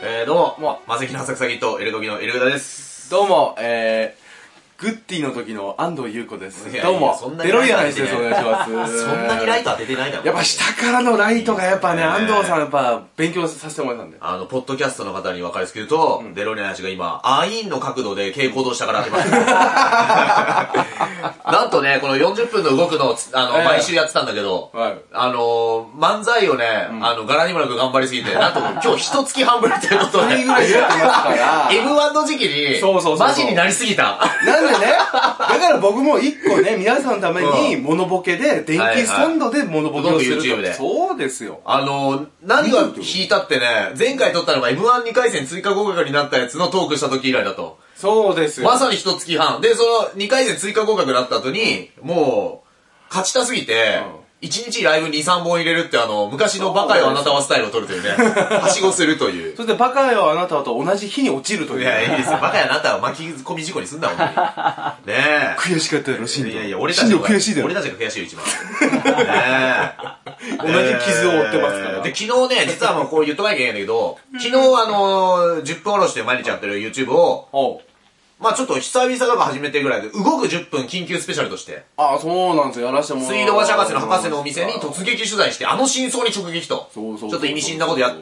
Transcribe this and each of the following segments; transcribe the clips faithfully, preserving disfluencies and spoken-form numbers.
えー、どうも、もう、マセキの浅草キッド、エルドギのエルグダです。 どうも、えー、グッディの時の安藤優子です。どうも、デロリアンです。お願いします。 そんなにライト当ててないだろ。 やっぱ下からのライトがやっぱね、安藤さんやっぱ勉強させてもらったんで。 あの、ポッドキャストの方に分かりやすく言うと、うん、デロリアン氏が今、アイーンの角度で蛍光灯下から当てました。なんとね、このよんじゅっぷんの動くの、あの、えー、毎週やってたんだけど、はい、あの、漫才をね、うん、あの、柄にもなく頑張りすぎて、なんと今日一月半ぶりということで。 ぐらいやってますから。 エムワン の時期に、そうそうそうそうマジになりすぎた。 なんでね、だから僕も一個ね、皆さんのために、モノボケで、電気スタンドでモノボケをすると。 YouTube で。 そうですよ。 あの、何が引いたってね、前回撮ったのが エムワンに 回戦追加合格になったやつのトークした時以来だと。 そうですよ。 まさに一月半。で、そのにかい戦追加合格になった後に、もう、勝ちたすぎて、うんいちにちライブに、さんぼん入れるってあの、昔のバカよあなたはスタイルを取るというね、はしごするという。 そしてバカよあなたはと同じ日に落ちるという。 いや、いいですよ。バカよあなたは巻き込み事故にすんだ、ほんとに。ねえ。 悔しかったやろ、しんど。 いやいや、俺たちが悔しいだよ。 俺たちが悔しいよ、一番。ねえ。同じ傷を負ってますから。 で、昨日ね、実はもうこう言っとかなきゃいけないんだけど、昨日あの、じゅっぷんおろしで毎日やってる YouTube を、まあちょっと久々だから始めてぐらいで、動くじゅっぷん緊急スペシャルとして。 ああ、そうなんですよ。やらしてもらう。 水道橋博士の博士のお店に突撃取材して、あの真相に直撃と。そうそう。ちょっと意味深なことやって、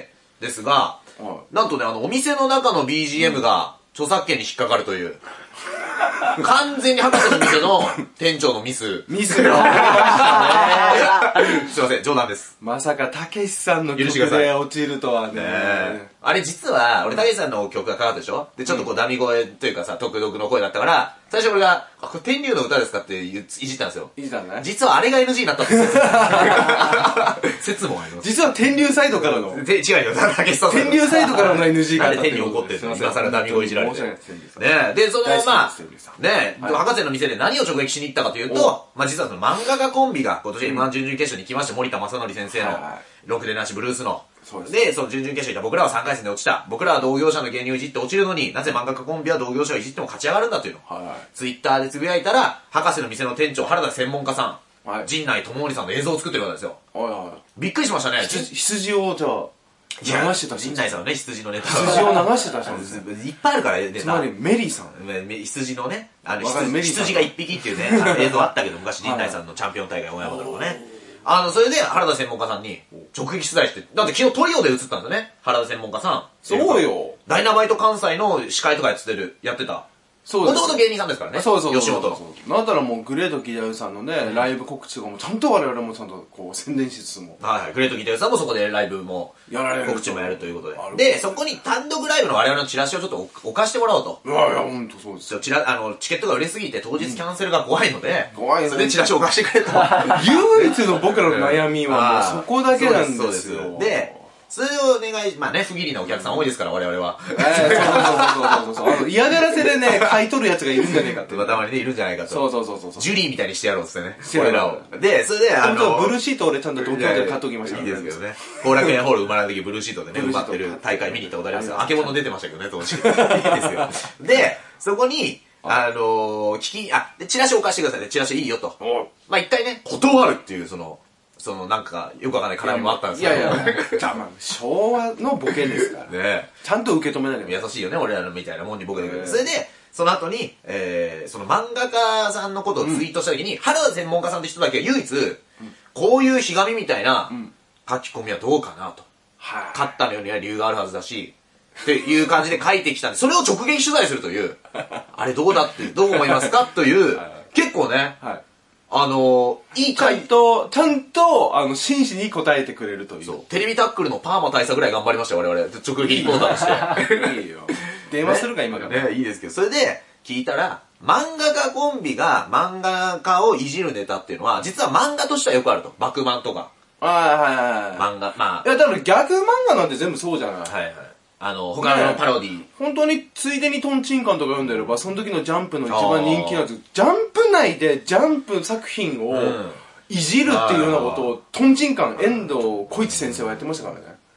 ですが、なんとね、あの、お店の中の ビージーエム が著作権に引っかかるという。完全に博士の店の店長のミス。 ミスが起こりましたね。すいません、冗談です。 まさか、たけしさんの曲で落ちるとはね。 あれ実は、俺たけしさんの曲がかかったでしょで、ちょっとこうダミ声というかさ、独特の声だったから、最初俺が、あ、これ天竜の歌ですかっていじったんですよ。 いじったね。 実はあれが エヌジー になったって説もあります。 実は天竜サイドからの。 違うよ、たけしさん。 天竜サイドからの エヌジー が。 なんで天竜怒ってるの今更ダミ声いじられて。ねで、その、まあ、ね博士の店で何を直撃しに行ったかというと、まあ実はその漫画家コンビが今年 エムワン 準々決勝に来まして、森田正則先生の、ろくでなしブルースの。で、その準々決勝にいた僕らはさんかい戦で落ちた。僕らは同業者の芸人をいじって落ちるのに、なぜ漫画家コンビは同業者をいじっても勝ち上がるんだというのを、はい、ツイッターでつぶやいたら、博士の店の店長、原田専門家さん、はい、陣内智則さんの映像を作ってるわけですよ。はいはい、びっくりしましたね。 羊をじゃあ、流してた人。 陣内さんのね、羊のネタ。 羊を流してた人です。 いっぱいあるからね。 つまりメリーさん。 羊のね、あの羊、羊が一匹っていうね、映像あったけど、昔陣内さんのチャンピオン大会大山とかね。あの、それで原田専門家さんに直撃取材して、だって昨日トリオで映ったんだね、原田専門家さん。 そうよ。 ダイナマイト関西の司会とかやってる、やってた。そうです。もともと芸人さんですからね。 そうそうそう。 吉本の。 なんだらもうグレートギターさんのね、ライブ告知とかもちゃんと我々もちゃんとこう宣伝しつつも。 はいはい。グレートギターさんもそこでライブも、やられる。告知もやるということで。で、そこに単独ライブの我々のチラシをちょっと置かしてもらおうと。 いやいや、ほんとそうですよ。 チラ、あの、チケットが売れすぎて当日キャンセルが怖いので、怖いので。それでチラシを置かしてくれと。 唯一の僕らの悩みはもうそこだけなんですよ。 で、それをお願い、まあね、不義理なお客さん多いですから、我々は。 ええ、そうそうそうそうそう。嫌がらせでね、買い取る奴がいるんじゃねえかって。 たまにね、いるんじゃないかと。 そうそうそうそう。 ジュリーみたいにしてやろうっつってね。俺らを。で、それで、あの、 ブルーシート俺ちゃんと東京で買っときました。 いいですけどね。後楽園ホール生まれた時ブルーシートでね、埋まってる大会見に行ったことありますよ。あけぼの出てましたけどね、当時。いいですよ。で、そこに、あの、聞き、あ、チラシ置かしてくださいね。チラシいいよと。まあ一回ね、断るっていう、その、そのなんか、よくわかんない絡みもあったんですけど。いやいや、 じゃあまあ、昭和のボケですから。ねちゃんと受け止めないで。 優しいよね、俺らのみたいなもんにボケてくる。それで、その後に、えー、その漫画家さんのことをツイートした時に、原田専門家さんって人だけ唯一、こういうひがみみたいな書き込みはどうかなと。勝ったのには理由があるはずだし、っていう感じで書いてきたんで、それを直撃取材するという、あれどうだって、どう思いますかという、結構ね、あのー、いい回答、ちゃんと、あの、真摯に答えてくれるという。そう。 テレビタックルのパーマ大佐ぐらい頑張りましたよ、我々。直撃リポーターとして。 いいよ。電話するか、今から。 ね、いいですけど。それで、聞いたら、漫画家コンビが漫画家をいじるネタっていうのは、実は漫画としてはよくあると。バクマンとか。 はいはいはい。 漫画、まあ。いや、だから逆漫画なんて全部そうじゃない。 はいはい。あの、他のパロディ、ね、 本当についでにトンチンカンとか読んでれば、その時のジャンプの一番人気なやつ、ジャンプ内でジャンプ作品をいじるっていうようなことを、トンチンカン、遠藤小一先生はやってましたからね。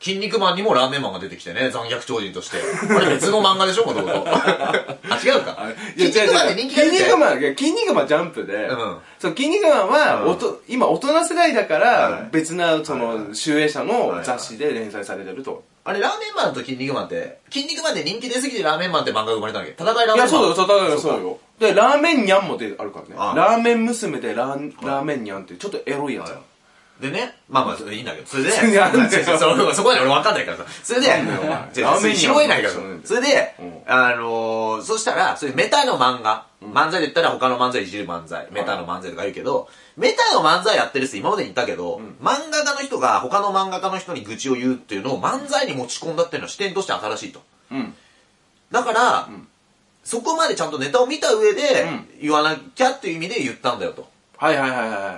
筋肉マンにもラーメンマンが出てきてね、残虐超人として。あれ別の漫画でしょ、もともと。あ、違うか。筋肉マンって人気が出て筋肉マン、筋肉マンジャンプで、うん、そう、筋肉マンは、おと、うん、今大人世代だから、別な、その、集英社の雑誌で連載されてると。 あれ、ラーメンマンと筋肉マンって、筋肉マンって人気出すぎてラーメンマンって漫画が生まれたんだっけ？戦いラーメンマン。いや、 そうよ、戦いがそうよ。で、ラーメンニャンも出あるからね。ラーメン娘でラーラーメンニャンってちょっとエロいやつ。 でね、まあまあ、いいんだけど、それで、そこまで俺わかんないからさ、それで、ラーメン拾えないから、それで、あの、そしたら、それメタの漫画、漫才で言ったら他の漫才いじる漫才、メタの漫才とか言うけど、メタの漫才やってる人今までにいたけど、漫画家の人が他の漫画家の人に愚痴を言うっていうのを漫才に持ち込んだっていうのは視点として新しいと。だから、そこまでちゃんとネタを見た上で、言わなきゃっていう意味で言ったんだよと。 はいはいはいはい。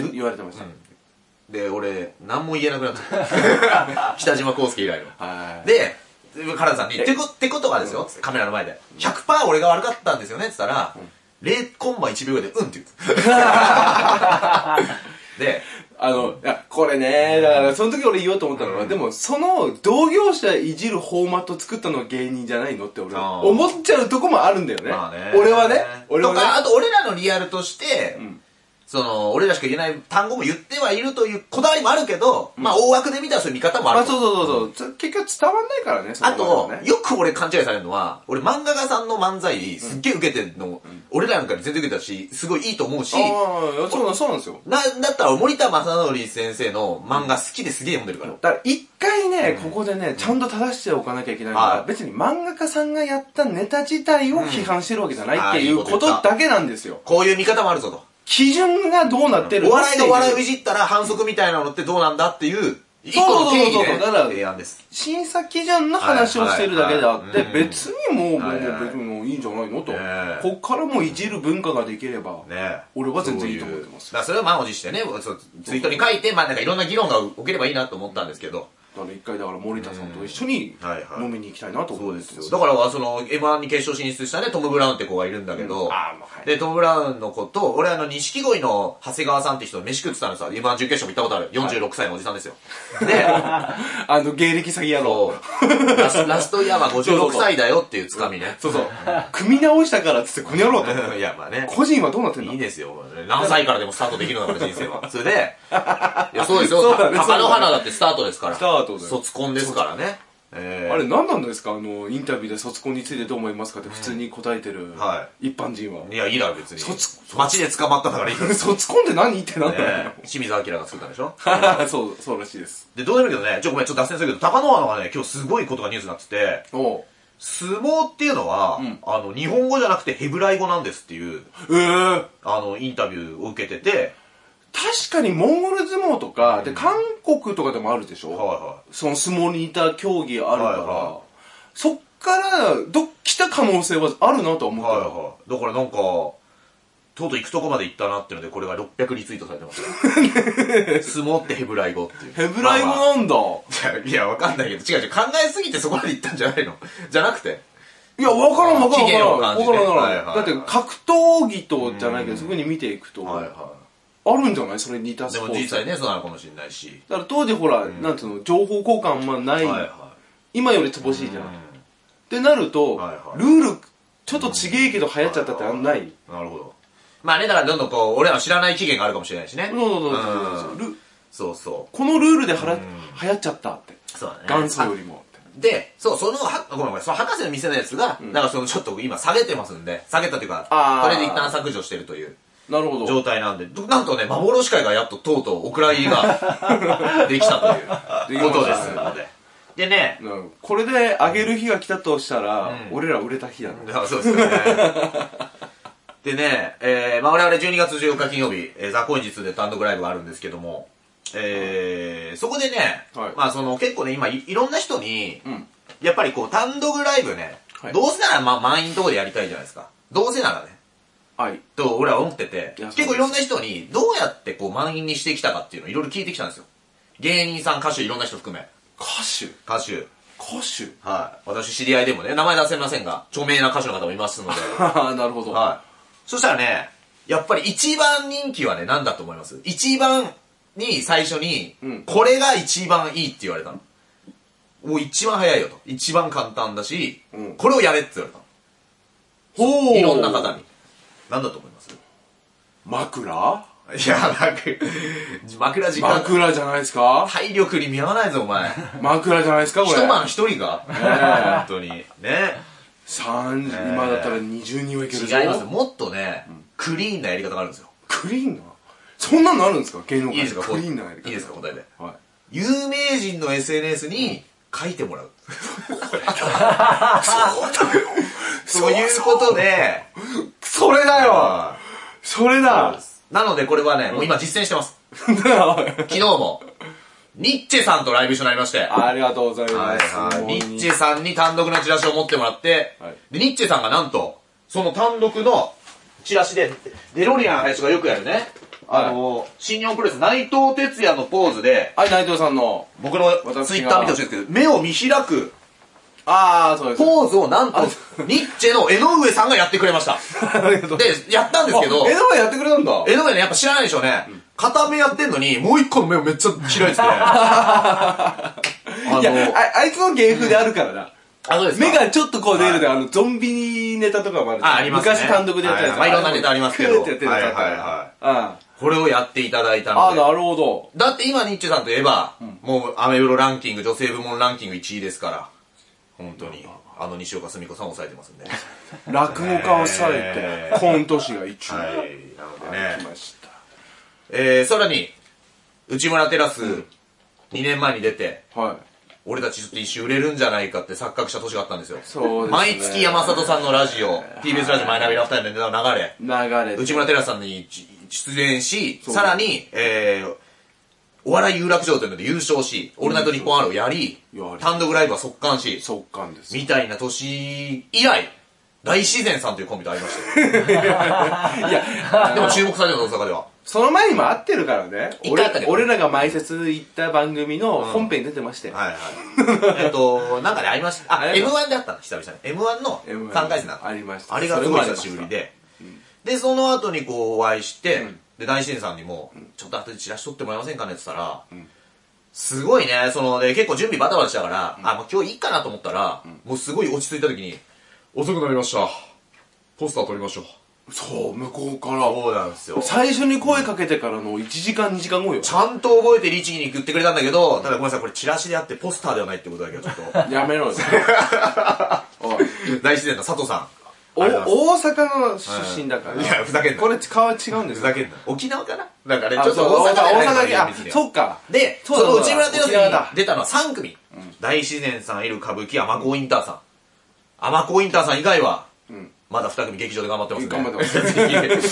言われてました。 で、俺、何も言えなくなっちゃった。北島康介以来の。で、カランさんに、ってこ、ってことがですよ、カメラの前で。ひゃくパーセント 俺が悪かったんですよねって言ったら、ゼロコンマいちびょうぐらいで、うんって言って。で、 あの、いや、これね、だからその時俺言おうと思ったのは、でもその同業者いじるフォーマット作ったのは芸人じゃないのって俺思っちゃうとこもあるんだよね。俺はね。 俺はね。とか、あと俺らのリアルとして、その、俺らしか言えない単語も言ってはいるというこだわりもあるけど、まあ大枠で見たらそういう見方もある。 まあそうそうそうそう。結局伝わんないからね、 あと、よく俺勘違いされるのは、俺漫画家さんの漫才すっげえ受けてるの、俺らなんかに全然受けたし、すごいいいと思うし、 ああ、そうなん、そうなんですよ。 な、だったら森田正則先生の漫画好きですげえ読んでるから。 だから一回ね、ここでね、ちゃんと正しておかなきゃいけないのは、別に漫画家さんがやったネタ自体を批判してるわけじゃないっていうことだけなんですよ。 こういう見方もあるぞと。 基準がどうなってるお笑いの笑いをいじったら反則みたいなのってどうなんだっていう、一個の定義で提案です。 審査基準の話をしてるだけであって、別にもう、もう別にもういいんじゃないのと。こっからもういじる文化ができれば、俺は全然いいと思ってます。 だからそれを満を持してね、ツイートに書いて、まあなんかいろんな議論が起きればいいなと思ったんですけど、 だから一回だから森田さんと一緒に飲みに行きたいなと思うんですよ。だからその エムワン に決勝進出したねトム・ブラウンって子がいるんだけど、うん、あまあはい、でトム・ブラウンの子と俺あの錦鯉の長谷川さんって人と飯食ってたのさ、エムワン 準決勝も行ったことあるよんじゅうろくさいのおじさんですよ。で、 あの芸歴詐欺野郎ラスラストイヤーはごじゅうろくさいだよっていうつかみね。 そうそう。組み直したからっつってこにゃろうと。 いやまあね。 個人はどうなってんの？ いいですよ。何歳からでもスタートできるんだから人生は。それで、いやそうですよ。貴乃花だってスタートですから。 スタートで。 卒コンですからね。 えー、あれ何なんですかあの、インタビューで卒コンについてどう思いますかって普通に答えてる、一般人は。 いや、いいだろ別に。卒、街で捕まったからいいだろ。 卒コンって何ってなんだよ。 清水明が作ったんでしょそう、そうらしいです。 で、どうでもいいけどね、ちょ、ごめん、ちょっと脱線するけど、貴乃花がね、今日すごいことがニュースになってて、お相撲っていうのは、うん、あの、日本語じゃなくてヘブライ語なんですっていう、えー、あの、インタビューを受けてて、 確かにモンゴル相撲とか、うん、で韓国とかでもあるでしょ、はいはい、その相撲に似た競技あるから、はいはい、そっからど来た可能性はあるなと思うから、はいはい、 だからなんかとうとう行くとこまで行ったなっていうのでこれがろっぴゃくリツイートされてます相撲ってヘブライ語っていうヘブライ語なんだ、まあまあ、いやわかんないけど違う違う考えすぎてそこまで行ったんじゃないのじゃなくていや、わからんわからんわからん。わからんわからん。だって格闘技とじゃないけど、そこに見ていくと、はいはい、あるんじゃないそれに似たスポーツ。 でも実際ね、そうなのかもしれないし。 だから当時ほら、うん、なんつうの、情報交換もない、はいはい、今より乏しいじゃん。ってなると、はいはい、ルール、ちょっとちげえけど流行っちゃったってあんない。 なるほど。まあね、だからどんどんこう、俺らの知らない期限があるかもしれないしね。 そうそうそうそう。そうそう。このルールではら、流行っちゃったって。そうだね。元祖よりも。 で、そう、その、は、ごめんごめん、その博士の店のやつが、うん、なんかそのちょっと今下げてますんで、下げたというか、これで一旦削除してるという。 なるほど。 状態なんで、なんとね、幻会がやっととうとうお蔵入りができたということですので。でね、 うん、これで上げる日が来たとしたら、うん、俺ら売れた日だね。 そうですよね。でね、えー、まあ我々じゅうにがつじゅうよっか金曜日、えー、ザ・コインジツで単独ライブがあるんですけども、えー、そこでね、はい、まあその結構ね、今 い, いろんな人に、うん、やっぱりこう単独ライブね、はい、どうせならまあ満員のとこでやりたいじゃないですか。どうせならね。はい。と俺は思ってて、結構いろんな人にどうやってこう満員にしてきたかっていうのをいろいろ聞いてきたんですよ。芸人さん、歌手、いろんな人含め。 歌手歌手。 歌手はい。私知り合いでもね、名前出せませんが、著名な歌手の方もいますので。 なるほど。 はい。そしたらね、やっぱり一番人気はね、何だと思います？一番に最初に、うん、これが一番いいって言われたの。 もう一番早いよと。一番簡単だし、 うん、 これをやれって言われたの。ほう。いろんな方に。なんだと思います？ 枕？ いや、枕、枕時間。 枕じゃないですか？ 体力に見合わないぞ、お前。 枕じゃないですか、これ。 一晩一人が本当に。ね。 三、今だったらにじゅうにんはいけるぞ。 違います。もっとね、クリーンなやり方があるんですよ。 クリーンな？そんなのあるんですか？芸能界。 いいですか？ クリーンなやり方。 いいですか？答えで。 はい。 有名人の エスエヌエス に書いてもらう。そういうことで、 それだよ。それだ。 なのでこれはね、もう今実践してます。昨日も、ニッチェさんとライブ一緒になりまして。 ありがとうございます。 はいはい、ニッチェさんに単独のチラシを持ってもらって、はい、で、ニッチェさんがなんと、その単独のチラシで、デロリアン林がよくやるね、あの、はい、新日本プロレス内藤哲也のポーズで、 はい、内藤さんの、 僕のツイッター見てほしいんですけど、目を見開く、 ああ、そうです。 ポーズをなんと、ニッチェの江上さんがやってくれました。で、やったんですけど、 江上やってくれたんだ。 江上ね、やっぱ知らないでしょうね。うん、片目やってんのに、もう一個の目をめっちゃ開いてて。 あのいやあ、あいつの芸風であるからな。 あ、そうですか。 目がちょっとこう出るで、はい、あの、ゾンビネタとかもある。 あ、ありますね。 昔単独でやったやつ。 まあ、いろんなネタありますけど。 クーってやってるやつあったから。 これをやっていただいたので。 あ、なるほど。 だって今、ニッチェさんといえば、うん、もう、アメブロランキング、女性部門ランキングいちいですから。本当に。あの西岡澄子さんを抑えてますんで。 落語家を抑えて、コント師がいちい。はい。なのでね。来ました。えー、さらに、内村テラス、にねんまえに出て、はい。俺たちちょっと一周売れるんじゃないかって錯覚した年があったんですよ。そうですね。毎月山里さんのラジオ、ティービーエス ラジオマイナビラフターのネタの流れ、流れ。内村テラスさんに出演し、さらに、えー、お笑い有楽町というので優勝し、オールナイトニッポン R をやり、単独ライブは速乾し、 速乾です。 みたいな年以来、大自然さんというコンビと会いましたよ。いや、でも注目されてるの、大阪では。 その前にも会ってるからね。俺, 俺らが前説行った番組の本編に出てましたよ。うん、はいはい。えっと、なんかで会いました。あ、エムワン で会ったの、久々に。エムワン のさんかい戦なの。ありました。あれがすごい久しぶりで。で、その後にこうお会いして、うんで、大自然さんにも、ちょっと後でチラシ取ってもらえませんかねって言ったら、うん、すごいね、その、で、結構準備バタバタしたから、うん、あ、もう今日いいかなと思ったら、うん、もうすごい落ち着いた時に、遅くなりました。ポスター撮りましょう。 そう、向こうから。 そうなんですよ。 最初に声かけてからのいちじかんにじかんごよ。 ちゃんと覚えて律儀に言ってくれたんだけど、ただごめんなさい、これチラシであってポスターではないってことだけど、ちょっと。 やめろよ。 大自然の佐藤さん。 お大阪の出身だから。 いや、ふざけんな。 これ顔は違うんですよ。 ふざけんな。沖縄かななんかね、ちょっと大阪じゃない大阪あ、そっか。 で、その内村テラスに出たのはさん組。大自然さんいる歌舞伎、アマコインターさん。アマコインターさん以外は、まだに組劇場で頑張ってますね。頑張ってます。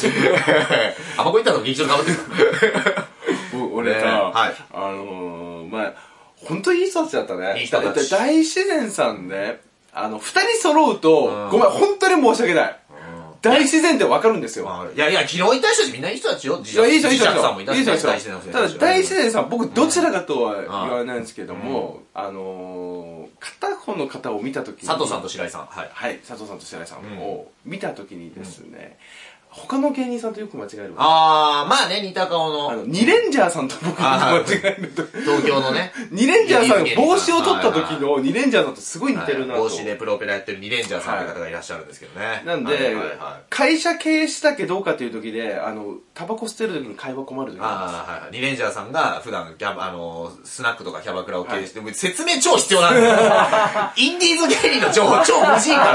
アマコインターさんも劇場で頑張ってる。 俺さ、あの、まあ、本当にいい人たちだったね。 いい人たち。 大自然さんね、あの、二人揃うと、ごめん、本当に申し訳ない。大自然ってわかるんですよ。 いやいや、昨日いた人たちみんないい人たちよ。 いや、いい人、いい人。 さんもいたし、大自然ただ、大自然さん、僕どちらかとは言わないんですけども、あの、片方の方を見たときに。 佐藤さんと白井さん。 はい。はい、佐藤さんと白井さんを見たときにですね、他の芸人さんとよく間違える。 あー、まあね、似た顔の。 あの、ニレンジャーさんと僕間違えると。 東京のね。 ニレンジャーさんが帽子を取った時のニレンジャーさんとすごい似てるなと。 帽子でプロペラやってるニレンジャーさんという方がいらっしゃるんですけどね。 なんで、会社経営したけどうかという時で、あの、タバコ捨てる時に会話困る時ああ、はい。ニレンジャーさんが普段、あの、スナックとかキャバクラを経営して、説明超必要なんだよ。インディーズ芸人の情報超無人から。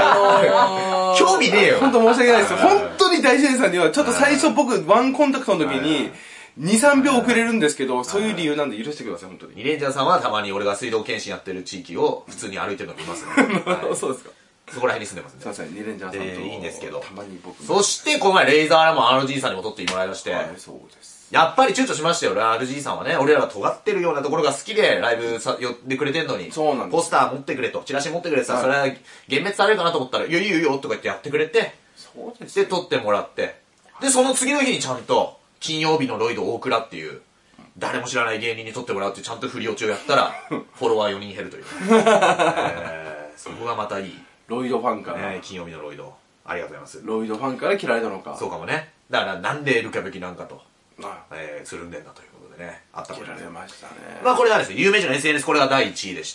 興味ねえよ。 本当申し訳ないです。本当に大自然さんには、ちょっと最初僕、ワンコンタクトの時に、に、さんびょう遅れるんですけど、そういう理由なんで許してください、本当に。 ニレンジャーさんはたまに俺が水道検診やってる地域を普通に歩いてるの見ますね。 そうですか。 そこら辺に住んでますね。 すいません、ニレンジャーさんと。 いいんですけど。 たまに僕そして、この前、レイザーラモン アールジー さんにも撮ってもらいまして。 はい、そうです。 やっぱり躊躇しましたよ、アールジー さんはね。俺らが尖ってるようなところが好きで、ライブさ、寄ってくれてんのに。 そうなんです。 ポスター持ってくれと、チラシ持ってくれてさ、それは、幻滅されるかなと思ったら、いや、いいよいいよとか言ってやってくれて。 そうです。 で、撮ってもらって。で、その次の日にちゃんと、金曜日のロイド大倉っていう、誰も知らない芸人に撮ってもらうっていうちゃんと振り落ちをやったら、フォロワーよにん減るという。えー、そこがまたいい。 ロイドファンから。 ね、金曜日のロイド。ありがとうございます。 ロイドファンから嫌われたのか。 そうかもね。だから、なんでルカベキなんかと、えー、つるんでんだということでね、あったこと嫌われましたね。 まあこれがですね、有名人の エスエヌエス、これがだいいちいでして。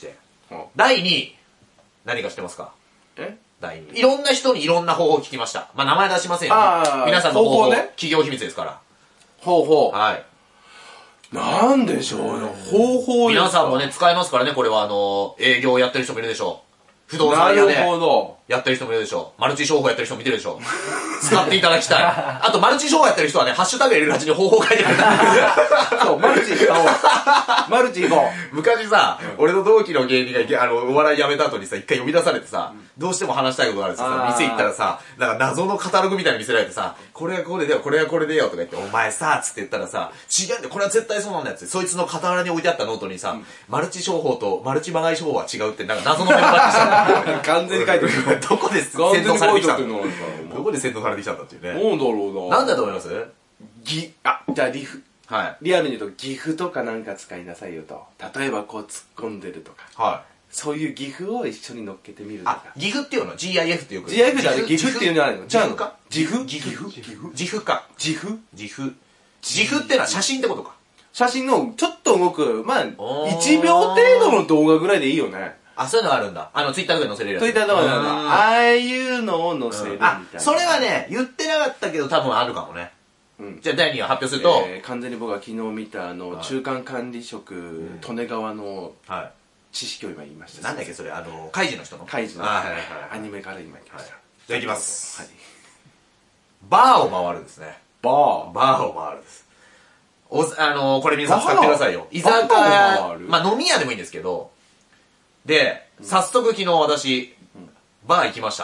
だいにい、何か知ってますか？ えだいにい。いろんな人にいろんな方法を聞きました。まあ、名前出しませんよ、ね。皆さんの方法、ね、企業秘密ですから。 方法。 はい。 なんでしょうよ、方法。 皆さんもね、使えますからね、これはあの、営業やってる人もいるでしょう。不動産屋でやってる人もいるでしょう。マルチ商法やってる人も見てるでしょう。使っていただきたい。あと、マルチ商法やってる人はね、ハッシュタグ入れるはちに方法書いてくれた。 そう、マルチ行こう。マルチ行こう。昔さ、うん、俺の同期の芸人が、あの、お笑い辞めた後にさ、一回呼び出されてさ、うん、どうしても話したいことがあるってさ、店行ったらさ、なんか謎のカタログみたいに見せられてさ、これはこれでよ、これはこれでよ、とか言って、お前さ、つって言ったらさ、違うんだよ、これは絶対そうなんだよって、そいつの傍らに置いてあったノートにさ、うん、マルチ商法とマルチまがい商法は違うって、なんか謎のメモがあってさ、完全に書いてる。 どこで洗脳されてきたんだどこで洗脳されてきたんだっていうね。 なんだろうな。 なんだと思います？ ぎ、あ、じゃあリフ。はい。リアルに言うと、ギフとかなんか使いなさいよと。例えばこう突っ込んでるとか。はい。そういうギフを一緒に乗っけてみるとか。 あ、ギフっていうの ジーアイエフ ってよく。 ジーアイエフ じゃないギフっていうのじゃないの。 じゃあかジフギフギフジフか。 ジフジフ。ジフってのは写真ってことか。 写真のちょっと動く、まあ、いちびょう程度の動画ぐらいでいいよね。 あ、そういうのがあるんだ。あの、ツイッターとかに載せれるやつ。 ツイッターとかに載せれる。ああいうのを載せるみたいな。 あ、それはね、言ってなかったけど多分あるかもね。うん、じゃあだいにいを発表すると、 えー、完全に僕が昨日見たあの、はい、中間管理職、うん、利根川の知識を今言いました。 なんだっけそれ、あの、カイジの人のカイジの、はいはいはい、アニメから今言いました。はい、 じゃあいきます。はい、バーを回るですね。 バーバーを回るです。お、あの、これ皆さん使ってくださいよ。居酒屋、まあ飲み屋でもいいんですけど、で、早速昨日私、うん、バー行きました。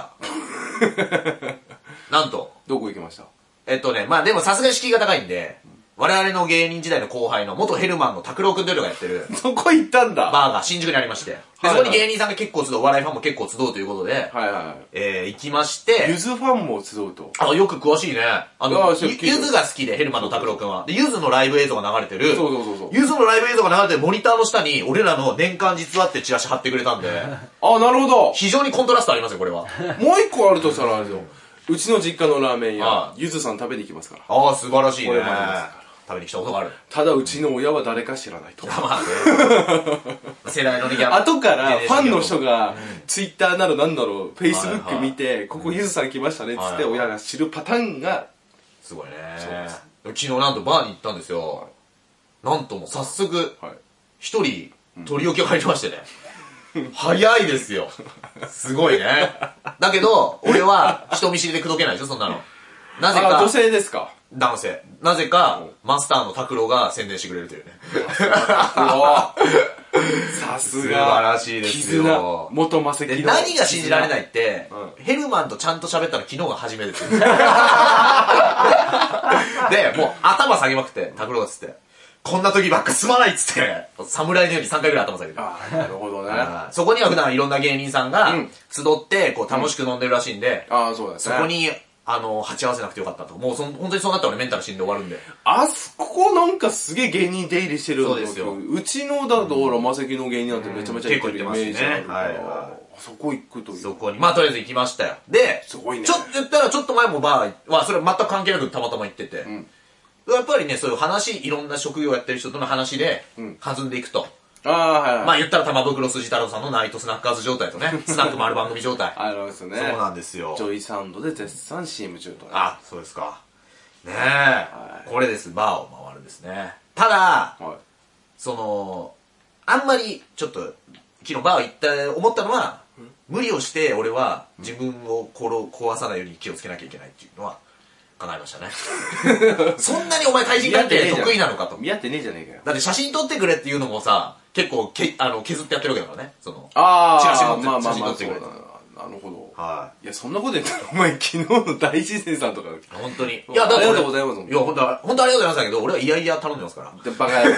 なんと。 どこ行きました？ えっとね、まあでもさすがに敷居が高いんで、我々の芸人時代の後輩の元ヘルマンの拓郎くんというのがやってる。 そこ行ったんだ。 バーが新宿にありまして。で、はいはい、そこに芸人さんが結構集う、お笑いファンも結構集うということで、はいはい、えー、行きまして。 ゆずファンも集うと。 あ、よく詳しいね。あの、ゆずが好きで、ヘルマンの拓郎くんは。で、ゆずのライブ映像が流れてる。 そうそうそうそう。 ゆずのライブ映像が流れてるモニターの下に、俺らの年間実話ってチラシ貼ってくれたんで。 あ、なるほど。 非常にコントラストありますよ、これは。 もう一個あるとしたらあれよ。うちの実家のラーメン屋、ゆずさん食べに行きますから。 ああ、素晴らしいね。食べに来たことがある。 ただ、うちの親は誰か知らないと。まあね。世代のね、 後からファンの人が、ツイッターなどなんだろう、フェイスブック見て、ここゆずさん来ましたねっつって親が知るパターンが、 すごいね。昨日なんとバーに行ったんですよ。なんともう早速、一人取り置きが入りましてね。早いですよ。すごいね。だけど、俺は人見知りで口説けないでしょ、そんなの。なぜか。 女性ですか？ 男性。なぜか、マスターの拓郎が宣伝してくれるというね。 さすが。 素晴らしいですよ。 元マセキの。 何が信じられないって、うん、ヘルマンとちゃんと喋ったら昨日が初めてですよ。で、もう頭下げまくって、拓郎がつって。こんな時ばっかすまないっつって、侍のようにさんかいぐらい頭下げて。 ああ、なるほどね。 そこには普段いろんな芸人さんが集って、こう楽しく飲んでるらしいんで、 ああ、そうですね。 そこに、あの、鉢合わせなくてよかったと。もうそ本当にそうなったら俺メンタル死んで終わるんで。 あそこなんかすげえ芸人出入りしてるんそうですよ。 うちのだと、マセキの芸人なんてめちゃめちゃ行ってるイメージあるから。はいはい。 そこ行くという。 そこに。まあとりあえず行きましたよ。で、 すごいね。 ちょっと言ったらちょっと前もバーは、それ全く関係なくたまたま行ってて。うんやっぱりね、そういう話、いろんな職業やってる人との話で、弾んでいくと。 ああ、はいはい。 まあ言ったら玉袋筋太郎さんのナイトスナッカーズ状態とね、スナック回る番組状態。 ありますよね。 そうなんですよ。 ジョイサウンドで絶賛 シーエム 中とね。 あ、そうですか。ねえ、はい、これです、バーを回るんですね。ただ、はい、その、あんまり、ちょっと、昨日バー行って思ったのは、無理をして俺は自分を壊さないように気をつけなきゃいけないっていうのは、考えましたね。そんなにお前対人関係得意なのかと。 見合ってねえじゃねえかよ。 だって写真撮ってくれっていうのもさ、結構けあの削ってやってるわけだからね。その、 あチラシ持ってまあまあ写真撮ってくれ。 なるほど。 はい。 いや、そんなこと言ったら、お前昨日の大自然さんとか。 本当に。いや、だってありがとうございます。 いや、本当は、本当ありがとうございますけど、俺はいやいや頼んでますから。 で、バカ野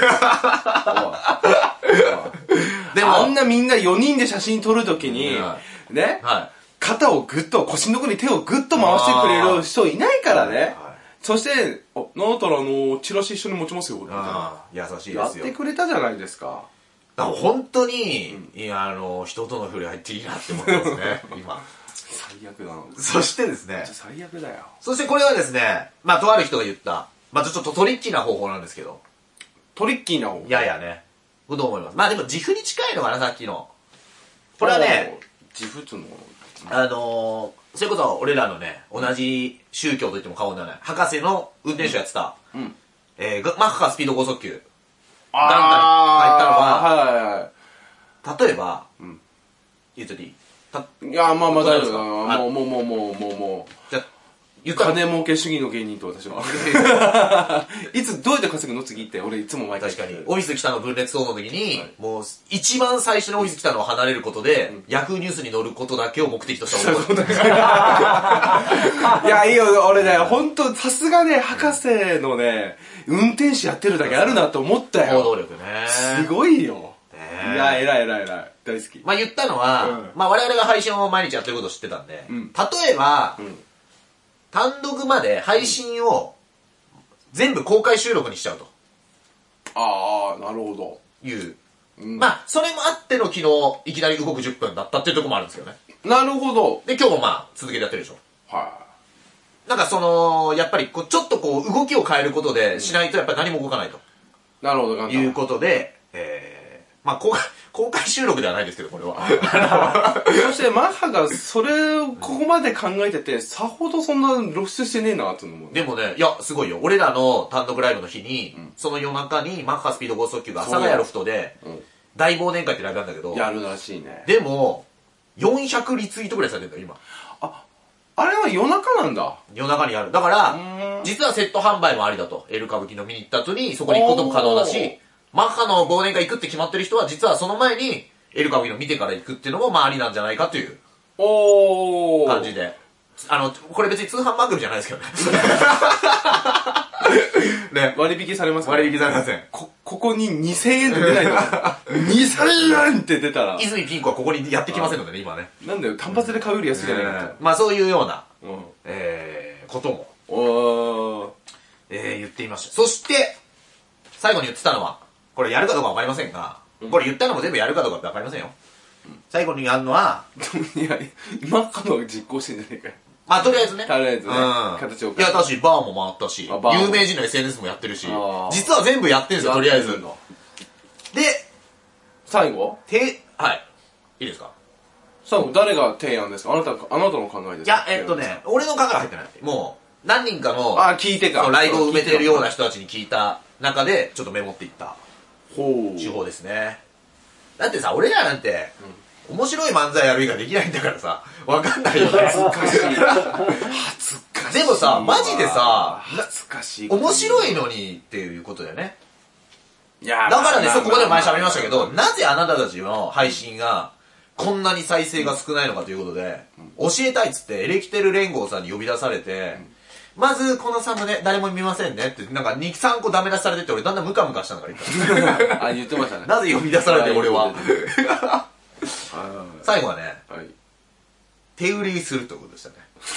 郎。でも、あんなみんなよにんで写真撮るときに、ね。はい。肩をぐっと、腰のとこに手をぐっと回してくれる人いないからね。そして、あ、なんだったらあの、チラシ一緒に持ちますよ、みたいな。 優しいですよ。やってくれたじゃないですか。 だから本当に、うん、いや、あの、人との触れ合いっていいなって思ってますね、今。 最悪だな。 そしてですね。 最悪だよ。 そしてこれはですね、まあ、とある人が言った、まあ、ちょっとトリッキーな方法なんですけど。 トリッキーな方法いやいやね。どう思います？まあでも、自負に近いのかな、さっきの。 これはね、 自仏の、 あのー、それこそ俺らのね、同じ宗教と言っても過言ではない、博士の運転手やってた、うん、えー、マッハスピード剛速球、団体に入ったのは、はいはいはい、例えば、うん、言うといい？ いや、まあまあ大丈夫だ。もう、もう、もう、もう、もう、もう。じゃ金儲け主義の芸人と私は。いつ、どうやって稼ぐの次って、俺いつも毎回。確かに。オフィス来たの分裂騒動の時に、はい、もう、一番最初にオフィス来たのを離れることで、うん、ヤフーニュースに載ることだけを目的とした男。 いや、いいよ、俺ね、ほんと、さすがね、博士のね、運転手やってるだけあるなと思ったよ。 行動力ね。 すごいよ。いや、偉い偉い偉い。大好き。 まあ言ったのは、うん、まあ我々が配信を毎日やってることを知ってたんで、うん、例えば、うん、単独まで配信を全部公開収録にしちゃうと。 ああ、なるほど。 いう。うん、まあ、それもあっての昨日、いきなり動くじゅっぷんだったっていうところもあるんですよね。 なるほど。 で、今日もまあ、続けてやってるでしょ。はい。なんかその、やっぱりこう、ちょっとこう、動きを変えることでしないとやっぱり何も動かないと。 なるほど、 いうことで、えー、まあ、公開、公開収録ではないですけど、これは。 そして、マッハがそれをここまで考えてて、さほどそんな露出してねえなっていうのも。 でもね、いや、すごいよ。俺らの単独ライブの日に、うん、その夜中にマッハスピード剛速球が阿佐ヶ谷ロフトで、うん、大忘年会ってライブなんだけど、 やるらしいね。 でも、よんひゃくリツイートぐらいされてるんだよ、今。 あ、あれは夜中なんだ。 夜中にやる。だから、実はセット販売もありだと。エル歌舞伎の見に行った後に、そこに行くことも可能だし、マッハの忘年会行くって決まってる人は、実はその前に、エル歌舞伎の見てから行くっていうのも、まあありなんじゃないかという、感じで。あの、これ別に通販番組じゃないですけどね。 ね。割引されますか？ 割引されません。 こ、ここににせんえんって出ないのにせんえんって出たら。 泉ピン子はここにやってきませんのでね、今ね。 なんだよ、単発で買うより安いじゃないかと。 まあそういうような、えー、ことも、おえー、言っていました。そして、最後に言ってたのは、これやるかどうかわかりませんが、これ言ったのも全部やるかどうかってわかりませんよ。最後にやるのは、 いや、マッハの実行してんじゃねえかよ。 まあ、とりあえずね。 とりあえずね。うん。形を変えて。いや、私、バーも回ったし、有名人の エスエヌエス もやってるし、実は全部やってるんですよ、とりあえず。で、 最後て、はい。いいですか？ 最後、誰が提案ですか？あなた、あなたの考えですか？ いや、えっとね、俺の考えは入ってない。もう、何人かの、 あ、聞いてか。 ライブを埋めてるような人たちに聞いた中で、ちょっとメモっていった。ほう。手法ですね。だってさ、俺らなんて、うん、面白い漫才やる以外できないんだからさ、わかんないよね。 恥ずかしい。恥ずかしい。 でもさ、マジでさ、 恥ずかしい。 面白いのにっていうことだよね。いやだからね、そこでも前喋りましたけど、なぜあなたたちの配信が、こんなに再生が少ないのかということで、うん、教えたいっつって、エレキテル連合さんに呼び出されて、うん、まず、このサムネ、誰も見ませんねって、なんか、に、さんこダメ出しされてて、俺だんだんムカムカしたのから言った。 あ、言ってましたね。 なぜ呼び出されて、俺は。最後はね、はい、手売りするということでしたね。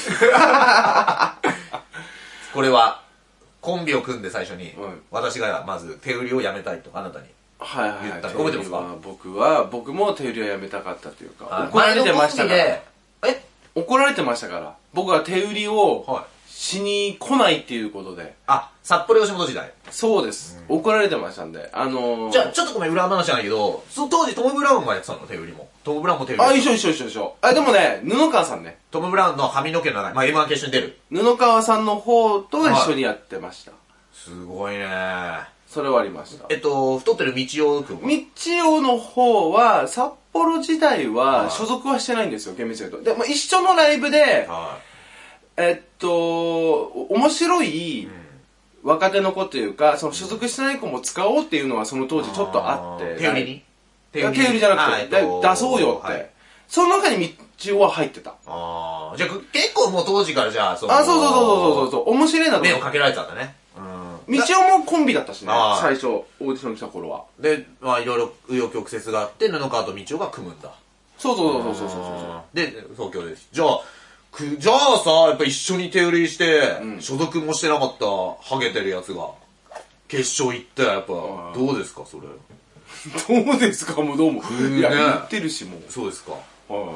これは、コンビを組んで最初に、はい、私がまず手売りをやめたいと、あなたに。 はいはい、 言ったの覚えてますか？ 僕は、僕も手売りをやめたかったというか、怒られてましたから。え怒られてましたから。僕は手売りを、はいしに来ないっていうことで。 あ、札幌吉本時代。 そうです。うん、怒られてましたんで。あのー、 じゃあ、ちょっとごめん、裏話じゃないけど、その当時トム・ブラウンがやってたの、手売りも。トム・ブラウンも手売り。 あ、一緒一緒一緒一緒。あ、でもね、布川さんね。 トム・ブラウンの髪の毛の長い。まあ、エムワン 決勝に出る。 布川さんの方と一緒にやってました。はい、 すごいね。 それはありました。 えっと、太ってる道夫くんは道夫の方は、札幌時代は所属はしてないんですよ、厳密に言うと。でも一緒のライブで、はいえっと、面白い若手の子というか、その所属してない子も使おうっていうのはその当時ちょっとあって。 手売りに手売りじゃなくて、出そうよって。はい、その中に道夫は入ってた。 ああ、じゃあ結構もう当時からじゃあ、 そう。あ、そうそうそうそうそう、面白いなと。 目をかけられてたんだね。 うん。道夫もコンビだったしね、最初、オーディション来た頃は。 で、まあいろいろ紆余曲折があって、布川と道夫が組むんだ。 そうそうそうそうそうそう。 で、東京です。じゃあ、く、じゃあさ、やっぱ一緒に手売りして、うん、所属もしてなかった、ハゲてるやつが、決勝行って、やっぱ、どうですか、それ。 どうですか、もうどうも。いや、言ってるし、もう。 そうですか。 はい。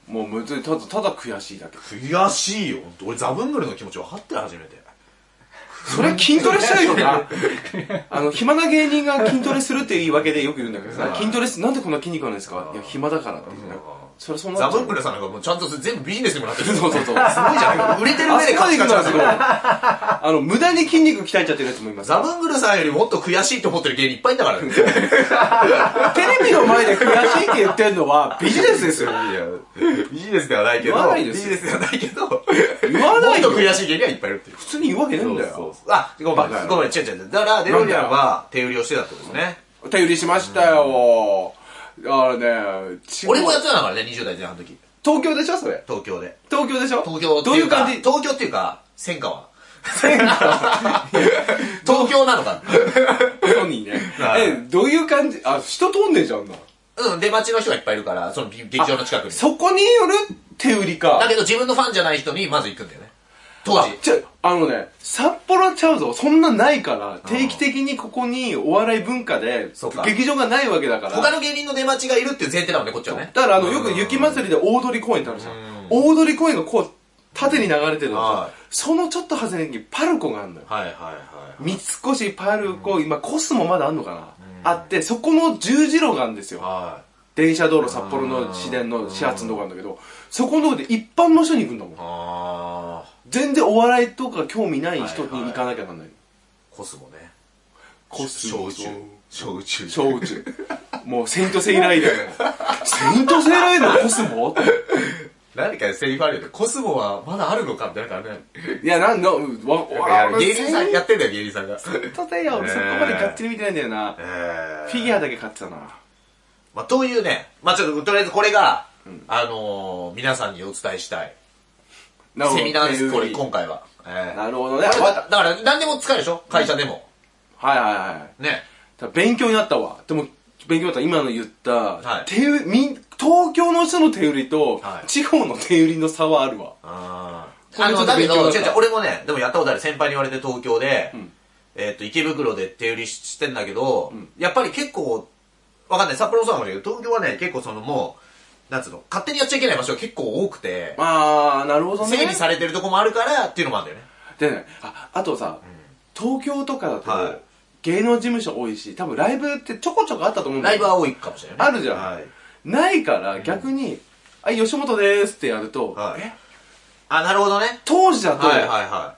もう別にただ、ただ悔しいだけ。 悔しいよ。俺、ザブングルの気持ち分かってる、初めて。 それ筋トレしたいよな。あの、暇な芸人が筋トレするっていうわけでよく言うんだけどさ、筋トレなんでこんな筋肉あるんですか？いや、暇だからっていうね。それそんな。 ザブングルさんなんかもうちゃんと全部ビジネスにもなってる。 そうそうそう。すごいじゃん。売れてる上で勝ち勝ちなんですよ。 あの、無駄に筋肉鍛えちゃってるやつもいます。 ザブングルさんよりもっと悔しいと思ってる芸人いっぱいいんだからね。 テレビの前で悔しいって言ってんのはビジネスですよ。いや、 ビジネスではないけど、 言わないですよビジネスではないけど、 言わないよ。 もっと悔しい芸人はいっぱいいるっていう。 普通に言うわけねえんだよ。 そうそうあ、ごめん、ごめん、違う違う。だから、デロリアンは手売りをしてたってことですね。 手売りしましたよ。あれね、 俺もやってたからね、にじゅう代前半の時。 東京でしょそれ。 東京で。 東京でしょ東京どういう感じ東京っていうか、千川。千川。東京なのか。 ソニーね。え、どういう感じあ、人通んねえじゃんな。 うん、出待ちの人がいっぱいいるから、その劇場の近くに。 そこによる手売りか。 だけど自分のファンじゃない人にまず行くんだよね。当時。 じゃ、あのね、札幌ちゃうぞ。そんなないから、定期的にここにお笑い文化で、劇場がないわけだから。 他の芸人の出待ちがいるっていう前提だもんね、こっちはね。 だからあの、よく雪祭りで大通公園ってあるじゃん。大通公園がこう、縦に流れてるのさ、そのちょっと外れにパルコがあるのよ。 はいはいはい。 三越パルコ、今コスモまだあんのかなあって、そこの十字路があるんですよ。電車道路、札幌の市電の始発のとこあるんだけど、そこのとこで一般の人に行くんだもん。全然お笑いとか興味ない人に行かなきゃなんない。 コスモね。 コスモ。 小宇宙。小宇宙。 小宇宙。もう、セイントセイライダーの。セイントセイライダーのコスモ何かセリフあるよね。コスモはまだあるのかみたいなね。 いや、なんだ、わ、 わ、芸人さんやってんだよ、芸人さんが。 セイントセイラー俺そこまでがっつり見てないんだよな。フィギュアだけ買ってたな。 まあ、というね、まあちょっと、とりあえずこれが、あの、皆さんにお伝えしたい。セミナーです、これ、今回は。 なるほどね。 だから、何でも使えるでしょ会社でも。 はいはいはい。 ね。 勉強になったわ。でも、勉強になった今の言った、手売り、東京の人の手売りと、地方の手売りの差はあるわ。 ああの、だけど、違う違う、俺もね、でもやったことある。先輩に言われて東京で、えっと、池袋で手売りしてんだけど、やっぱり結構、わかんない。札幌もそうなんだけど、東京はね、結構そのもう、なんつうの、勝手にやっちゃいけない場所が結構多くて、 あー、なるほどね。 整備されてるとこもあるからっていうのもあるんだよね。 でね、あ、あとさ、東京とかだと、芸能事務所多いし、多分ライブってちょこちょこあったと思うんだよ。ライブは多いかもしれない。 あるじゃん。ないから逆に、あ、吉本でーすってやると、えあ、なるほどね。 当時だと、 はいはいはい。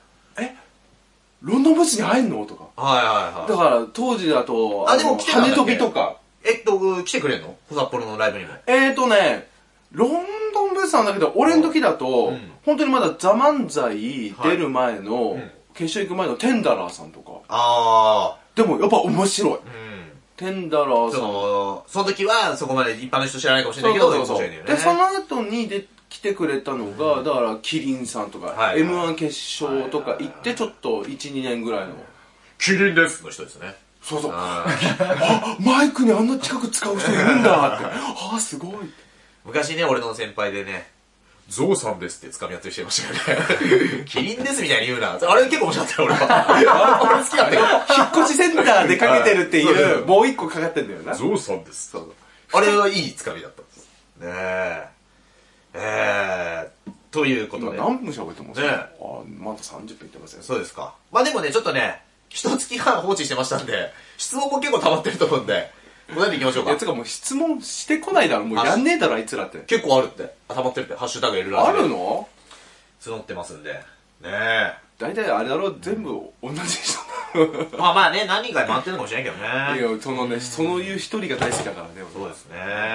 えロンドンブーツに入んのとか。 はいはいはい。 だから当時だと、 あ、でも来てたんだっけ？ 羽飛びとか。 えっと、来てくれんの札幌のライブにも。 えーとね、ロンドンブーツなんだけど、俺の時だと、本当にまだザ・漫才出る前の、決勝行く前のテンダラーさんとか。 ああ。 でもやっぱ面白い。テンダラーさん。 その時はそこまで一般の人知らないかもしれないけど、 そうそうそう。で、その後にで来てくれたのが、だからキリンさんとか、エムワン 決勝とか行ってちょっといち、にねんぐらいの。 キリンですの人ですね。 そうそう。あ、マイクにあんな近く使う人いるんだって。あ、すごい。 昔ね、俺の先輩でね、ゾウさんですって掴み合ってしてましたよね。キリンですみたいに言うな。あれ結構面白かったよ、俺は。俺好きだったよ。 引っ越しセンターでかけてるっていう、もう一個かかってんだよな。 ゾウさんです。そうあれはいい掴みだったんです。ねえ。えー、ということで。 何分喋ってますねあ、まださんじゅっぷんいってますよ。 そうですか。まあでもね、ちょっとね、一月半放置してましたんで、質問も結構溜まってると思うんで、答えていきましょうか。 いや、つかもう質問してこないだろ。もうやんねえだろ、あいつらって。 結構あるって。溜まってるって。ハッシュタグ L ラあるの募ってますんで。ねえ。 大体あれだろ、全部同じ人。 まあまあね、何人か回ってるのかもしれないけどね。 いや、そのね、そのいう一人が大好きだからね。 そうですね。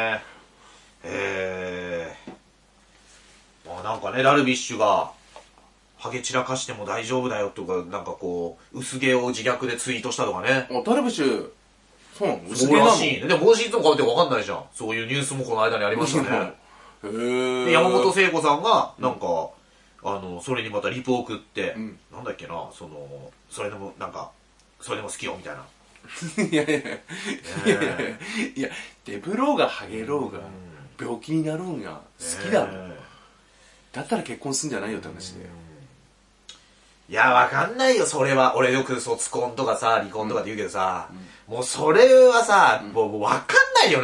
えー。まあなんかね、ダルビッシュが、ハゲ散らかしても大丈夫だよとか、なんかこう、薄毛を自虐でツイートしたとかね。 あ、ダルビッシュ、そうなのそうらしいね。でも帽子いつもかぶってわかんないじゃん。そういうニュースもこの間にありましたね。 へー。 で、山本聖子さんが、なんか、あの、それにまたリプを送って、なんだっけな、その、それでも、なんか、それでも好きよ、みたいな。 いやいやいや、いやいやいや、デブろうがハゲろうが、病気になろうが好きだろ。だったら結婚すんじゃないよって話で。 いや、わかんないよ、それは。俺よく卒婚とかさ、離婚とかって言うけどさ、もうそれはさ、もうわかんないよね。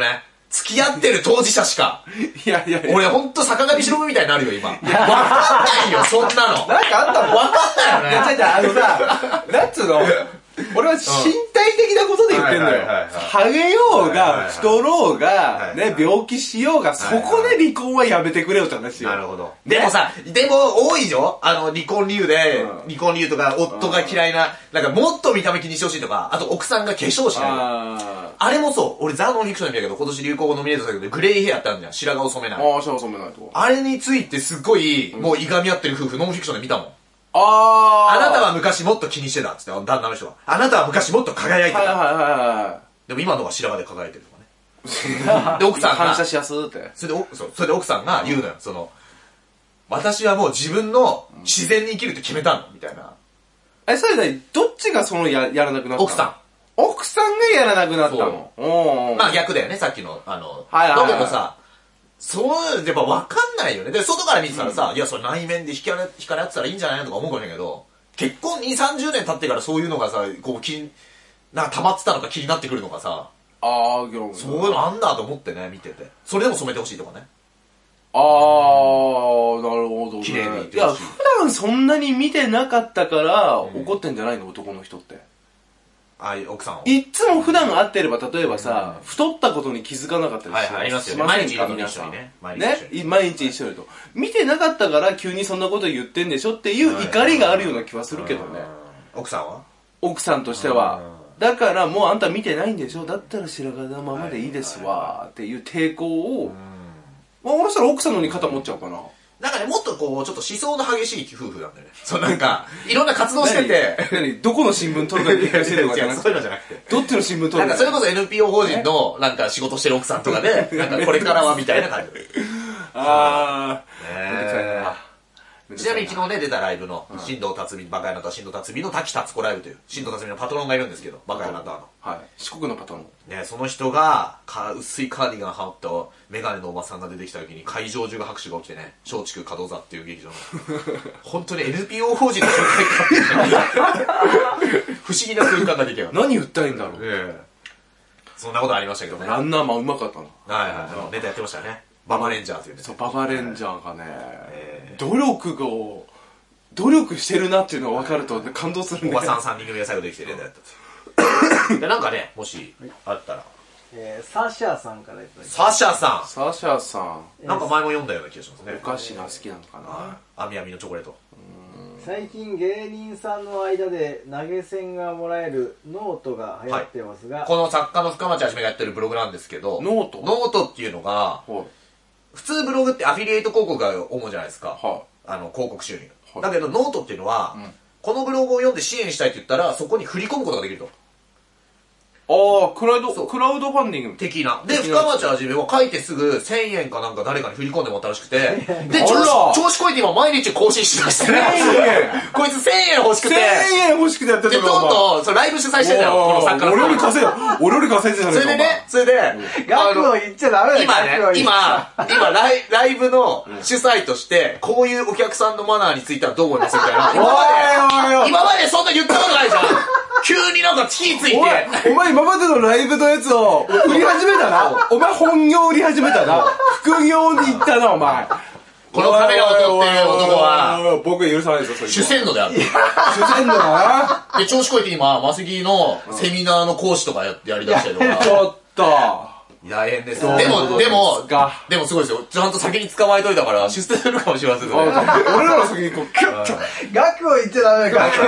付き合ってる当事者しか。 いやいやいや。 俺ほんと坂上忍みたいになるよ、今。わかんないよ、そんなの。 なんかあったの？ わかんないよね。 いや、違う違う、あのさ、なんつうの俺は身体的なことで言ってんのよ。ハゲようが、太ろうが、ね、病気しようが、そこで離婚はやめてくれよって話よ。 なるほど。でもさ、でも多いよ。あの、離婚理由で、離婚理由とか、夫が嫌いな、なんかもっと見た目気にしてほしいとか、あと奥さんが化粧しない。あれもそう。俺ザ・ノンフィクション見たけど、今年流行語ノミネートされたけど、グレイヘアってあるじゃん。白髪を染めない。 ああ、白髪染めないと。 あれについてすっごい、もういがみ合ってる夫婦、ノンフィクションで見たもん。 ああなたは昔もっと気にしてたっつって、旦那の人は。あなたは昔もっと輝いてた。 はいはいはいはい。 でも今のは白髪で輝いてるとかね。で、奥さんが。 反射しやすって。 それで、そう、それで奥さんが言うのよ。その、私はもう自分の自然に生きるって決めたのみたいな。 え、それで、どっちがそのや、やらなくなったの？ 奥さん。 奥さんがやらなくなったの。 おまあ逆だよね、さっきの、あの、 はいはいはい、 だけどさ、そう、やっぱ分かんないよね。で、外から見てたらさ、うん、いや、それ内面で惹かれ、惹かれ合ってたらいいんじゃないのとか思うかもしれないけど、結婚に、さんじゅうねん経ってからそういうのがさ、こう、気、なんか溜まってたのか気になってくるのかさ、 あー、そういうのあんだと思ってね、見てて。それでも染めてほしいとかね。 あー、なるほど、ね。 綺麗に言ってほしい。 いや、普段そんなに見てなかったから、怒ってんじゃないの、男の人って。 あ、奥さんを。 いっつも普段会ってれば、例えばさ、うん、太ったことに気づかなかったりして、はいはい、ありますよね。毎日いると一緒にね。 毎日一緒に。ね、毎日一緒にいると。見てなかったから急にそんなこと言ってんでしょっていう怒りがあるような気はするけどね。 奥さんは？ 奥さんとしては。だからもうあんた見てないんでしょ？だったら白髪のままでいいですわ。っていう抵抗を、まあ俺したら奥さんのに肩持っちゃうかな。 なんかね、もっとこう、ちょっと思想の激しい夫婦なんだよね。そうなんか、いろんな活動してて。 何どこの新聞取るか警戒してるとかじゃなくて。 そういうのじゃなくて。 どっちの新聞取るか。 なんかそれこそ エヌピーオー 法人の、なんか仕事してる奥さんとかで、なんかこれからはみたいな感じ。 あー。ちなみに昨日ね、出たライブの、新藤辰巳、バカヤナと新藤辰巳の滝達子ライブという、新藤辰巳のパトロンがいるんですけど、バカヤナとあの。 はい。四国のパトロン。 ね、その人が、か薄いカーディガン羽織ったメガネのおばさんが出てきた時に会場中が拍手が起きてね、松竹門座っていう劇場の。本当に エヌピーオー 法人の紹介か不思議な空間ができる。 何言ったらいいんだろう。 ええ。そんなことありましたけどね。 ランナーマンうまかったな。 はいはい。ネタやってましたね。ババレンジャーというね。 そう、ババレンジャーがね、えー、努力を、努力してるなっていうのが分かると感動するね。 おばさんさんにん組が最後できてネタやったで、なんかね、もしあったら。 えー、サシャさんからいただきます。 サシャさんサシャさん。なんか前も読んだような気がしますね。 お菓子が好きなのかな。 あみあみのチョコレート。 最近芸人さんの間で投げ銭がもらえるノートが流行ってますが、はい、 この作家の深町はじめがやってるブログなんですけど、 ノートノートっていうのが、はい、普通ブログってアフィリエイト広告が主じゃないですか。はい、あの、広告収入。はい、だけどノートっていうのは、うん、このブログを読んで支援したいって言ったら、そこに振り込むことができると。 ああ、クラウド、クラウドファンディング的な。で、深町はじめは書いてすぐせんえんかなんか誰かに振り込んでもらったらしくて、で、調子、調子こいて今毎日更新してましてね。こいつせんえん欲しくて。 せんえん欲しくてやってるで、とうとう、それライブ主催してんだよ、この作家の。 俺より稼いだ。俺より稼いでたそれでね、それで、 額を言っちゃダメだよ、 今ね、今、今ライ、ライブの主催として、こういうお客さんのマナーについてはどう思いますみたいな。今まで、今までそんな言ったことないじゃん。急になんか火ついて。 お前今までのライブのやつを売り始めたな。お前本業売り始めたな。副業に行ったな、お前。 このカメラを撮ってる男は、 僕は許さないですよ、 主戦度である。 主戦度だな。で、調子こいて今、マセキのセミナーの講師とかややりだしてるから。 ちょっと。 大変です。でも、でも、でもすごいですよ。ちゃんと先に捕まえといたから、出世するかもしれませんね。 俺らの先にこう、キュッと。 額を言っちゃダメだから。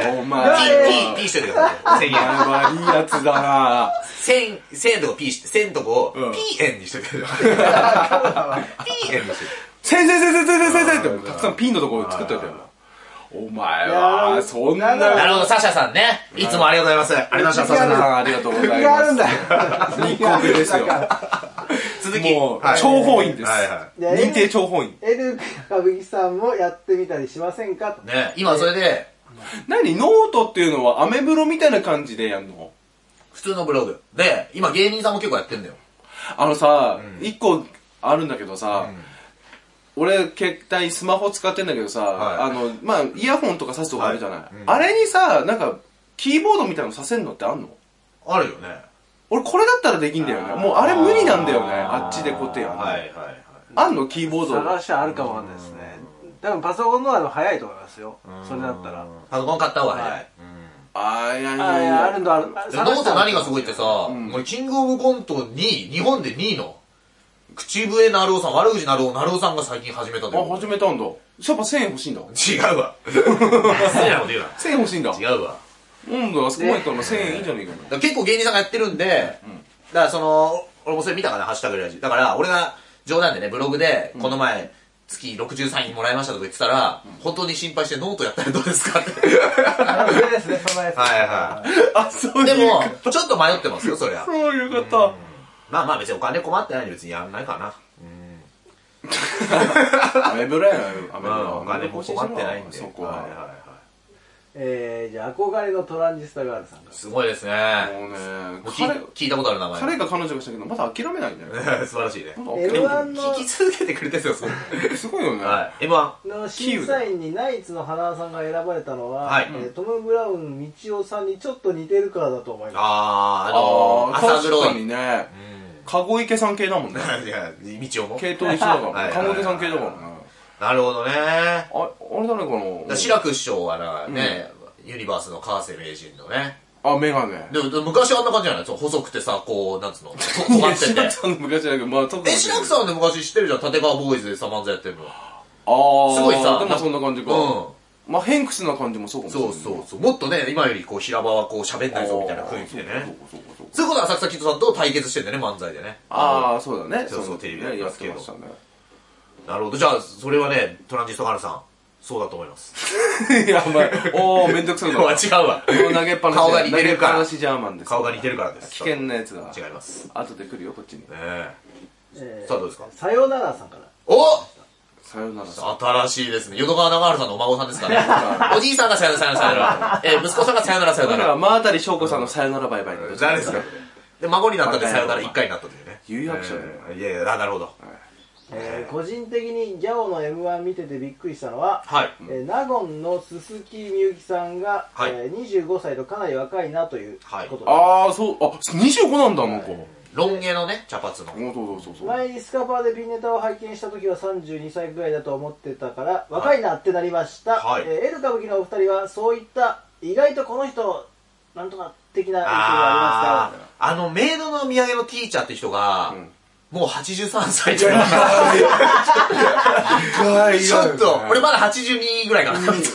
お前。 ピー、ピーしててください。せんえん。 悪いやつだな千、千円とかピーして、千とこを、ピー円にしててください。ピー円にしてて。 せんせんせんせんせんせんせんって、たくさんピンのところ作っといたよ。お前は、そんな。 なるほど、サシャさんね。いつもありがとうございます。ありがとうございます。 サシャさん、ありがとうございます。 あるんだよ。 日光系ですよ。 続き。 もう、諜報員です。認定諜報員。 エル歌舞伎さんもやってみたりしませんかと。 ね、今それで。 何ノートっていうのはアメブロみたいな感じでやんの？ 普通のブログ。で、今芸人さんも結構やってんだよ。 あのさ、一個あるんだけどさ、俺、携帯、スマホ使ってんだけどさ、はい、あの、まあ、イヤホンとか挿すとかあるじゃない、はいうん、あれにさ、なんか、キーボードみたいなの挿せんのってあんの？ あるよね。 俺これだったらできんだよね。もうあれ無理なんだよね。あっちでこってやるの。はいはいはい。あんのキーボード。 探しはあるかもわかんないですね。多分パソコンのは早いと思いますよ。それだったら。 パソコン買った方が早い。 あーいやいやいや。あるんだある。 ノート何がすごいってさ、俺キングオブコントに、日本でにいの。口笛なるおさん、悪口なるお、なるおさんが最近始めたで。 あ、始めたんだ。やっぱせんえん欲しいんだ。 違うわ。せんえん欲しいな。 せんえん欲しいんだ。 違うわ。 うんだ、あそこまでいったらせんえんいいんじゃねえかな。 結構芸人さんがやってるんで、だからその、俺もそれ見たかな、ハッシュタグラジ。だから俺が冗談でね、ブログで、この前、月ろくじゅうさんいもらいましたとか言ってたら、本当に心配してノートやったらどうですかって。 あの、ですね、そのやつ。 はいはい。 あ、そうでも、ちょっと迷ってますよ、そりゃ。 そういうこと。 まあまあ別にお金困ってないんで別にやんないかな。 アメブラやな、アメブラ。 お金も困ってないんで。 そこは。はいはいはい。 えー、じゃあ憧れのトランジスタガールさんが。 すごいですね。 もうね、 聞いたことある名前。 彼が彼女がしたけど、まだ諦めないんだよ。 素晴らしいね。 エムワン の。 聞き続けてくれてるんですよ、 すごいよね。 はい。エムワン の審査員にナイツの花輪さんが選ばれたのは、 はい。 トム・ブラウン、道夫さんにちょっと似てるからだと思います。 あー、あのー、朝黒い。 確かにね。籠池さん系だもんね。 いや、道夫も。 系統一緒だから。籠池さん系だからね。 なるほどね。あ、 あれ誰かな。 志らく師匠はね、ユニバースの川瀬名人のね。 あ、メガネ。 でも昔あんな感じじゃない？細くてさ、こう、なんつうの、尖ってて。 志らくさんの昔だけど、まあ特に。 え、志らくさんで昔知ってるじゃん、立川ボーイズでさ、漫才やってるの。 あー。 すごいさ、 でもそんな感じか。うん。まあヘンクスな感じもそうかもしれない。 そうそうそう。もっとね、今よりこう平場はこう喋んないぞみたいな雰囲気でね。そういうことは浅草キッドさんと対決してんだよね、漫才でね。 ああ、そうだね。 そうそう、テレビでやってますけど。 ね。 なるほど。じゃあ、それはね、トランジスタガールさん、そうだと思います。 いや、お前、おー、めんどくさいな。 違うわ。 投げっぱなし。 顔が似てるから。 投げっぱなしジャーマンです。 顔が似てるからです。 危険なやつだ。 違います。 後で来るよ、こっちに。ねえ。 さあ、どうですか？ さよならさんから。 おさよならさん。新しいですね。淀川長春さんのお孫さんですかね。おじいさんがさよならさよなら。え、息子さんがさよならさよなら。 真当たり翔子さんのさよならバイバイ。 誰ですか？で、孫になったんでさよならいっかいになったというね。 有役者だよ。 いやいや、なるほど。 えー、個人的にギャオの エムワン 見ててびっくりしたのは、 はい、 えー、納言の鈴木みゆきさんが、はい、えー、にじゅうごさいとかなり若いなということで、 はい、ああそう、あにじゅうごなんだ、なんかロン毛のね茶髪の。 前にスカパーでピンネタを拝見した時はさんじゅうにさいぐらいだと思ってたから若いなってなりました、はい、えー、エル歌舞伎のお二人はそういった意外とこの人なんとか的な印象がありますか？ あのメイドの土産のティーチャーって人が、うん、もうはちじゅうさんさいじゃないちょっと、俺まだはちじゅうにぐらいかな。なん